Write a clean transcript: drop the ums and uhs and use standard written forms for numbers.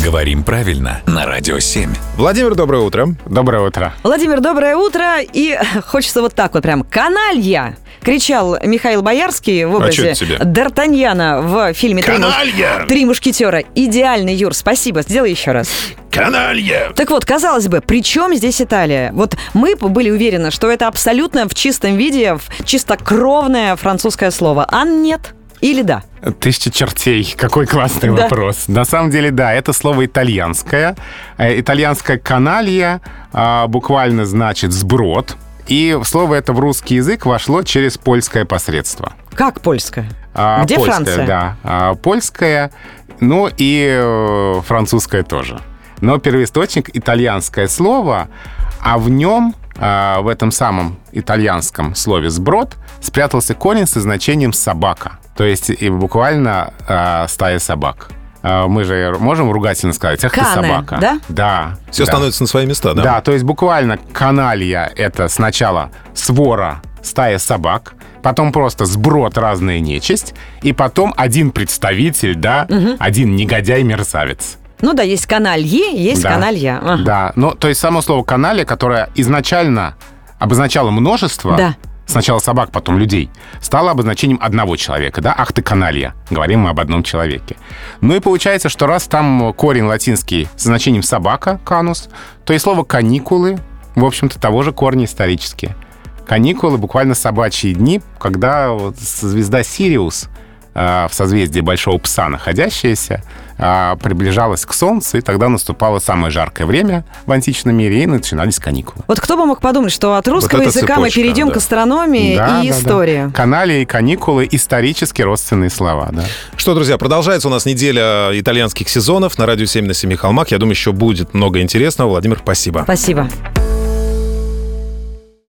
Говорим правильно на Радио 7. Владимир, доброе утро. Доброе утро. Владимир, доброе утро. И хочется вот так вот прям «Каналья!» кричал Михаил Боярский в образе Д'Артаньяна в фильме «Три мушкетера». Идеальный, Юр, спасибо. Сделай еще раз. Каналья! Так вот, казалось бы, при чем здесь Италия? Вот мы были уверены, что это абсолютно в чистом виде, чистокровное французское слово. А нет. Или да? Тысяча чертей. Какой классный вопрос. На самом деле, да, это слово итальянское. Итальянское «каналья» буквально значит «сброд». И слово это в русский язык вошло через польское посредство. Как польское? Где польское, Франция? Да. Польское, ну и французское тоже. Но первоисточник — итальянское слово, а в нем, в этом самом итальянском слове «сброд», спрятался корень со значением «собака». То есть и буквально стая собак. Мы же можем ругательно сказать: «Ах ты, собака». Да? Да. Все становится на свои места, да? Да, то есть буквально каналья — это сначала свора, стая собак, потом просто сброд, разная нечисть, и потом один представитель, да, один негодяй-мерзавец. Ну да, есть канальи, есть каналья. Ага. Да, ну то есть само слово «каналья», которое изначально обозначало множество... Да. Сначала собак, потом людей, стало обозначением одного человека, да? «Ах ты, каналья». Говорим мы об одном человеке. Ну и получается, что раз там корень латинский с значением «собака», «канус», то и слово «каникулы», в общем-то, того же корня исторически. Каникулы — буквально собачьи дни, когда вот звезда Сириус в созвездии Большого Пса находящаяся, приближалась к Солнцу, и тогда наступало самое жаркое время в античном мире, и начинались каникулы. Вот кто бы мог подумать, что от русского языка мы перейдем к астрономии и истории. Да. Каналья и каникулы — исторически родственные слова, да. Что, друзья, продолжается у нас неделя итальянских сезонов на Радио 7 на Семи холмах. Я думаю, еще будет много интересного. Владимир, спасибо. Спасибо.